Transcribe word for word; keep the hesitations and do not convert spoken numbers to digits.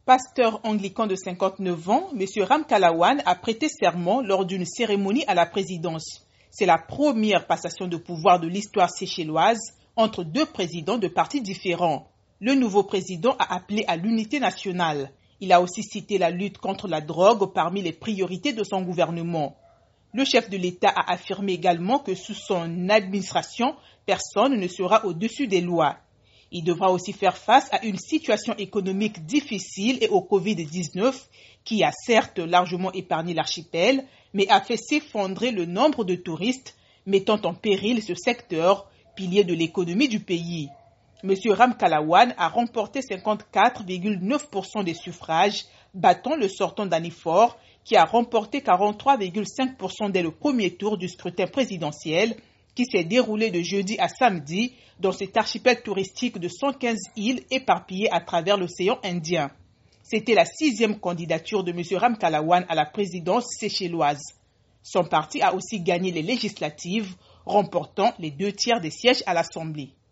Pasteur anglican de cinquante-neuf ans, M. Ramkalawan a prêté serment lors d'une cérémonie à la présidence. C'est la première passation de pouvoir de l'histoire séchelloise entre deux présidents de partis différents. Le nouveau président a appelé à l'unité nationale. Il a aussi cité la lutte contre la drogue parmi les priorités de son gouvernement. Le chef de l'État a affirmé également que sous son administration, personne ne sera au-dessus des lois. Il devra aussi faire face à une situation économique difficile et au covid dix-neuf qui a certes largement épargné l'archipel, mais a fait s'effondrer le nombre de touristes, mettant en péril ce secteur, pilier de l'économie du pays. M. Ramkalawan a remporté cinquante-quatre virgule neuf pour cent des suffrages, battant le sortant d'Anifor, qui a remporté quarante-trois virgule cinq pour cent dès le premier tour du scrutin présidentiel, qui s'est déroulé de jeudi à samedi dans cet archipel touristique de cent quinze îles éparpillées à travers l'océan Indien. C'était la sixième candidature de M. Ramkalawan à la présidence séchelloise. Son parti a aussi gagné les législatives, remportant les deux tiers des sièges à l'Assemblée.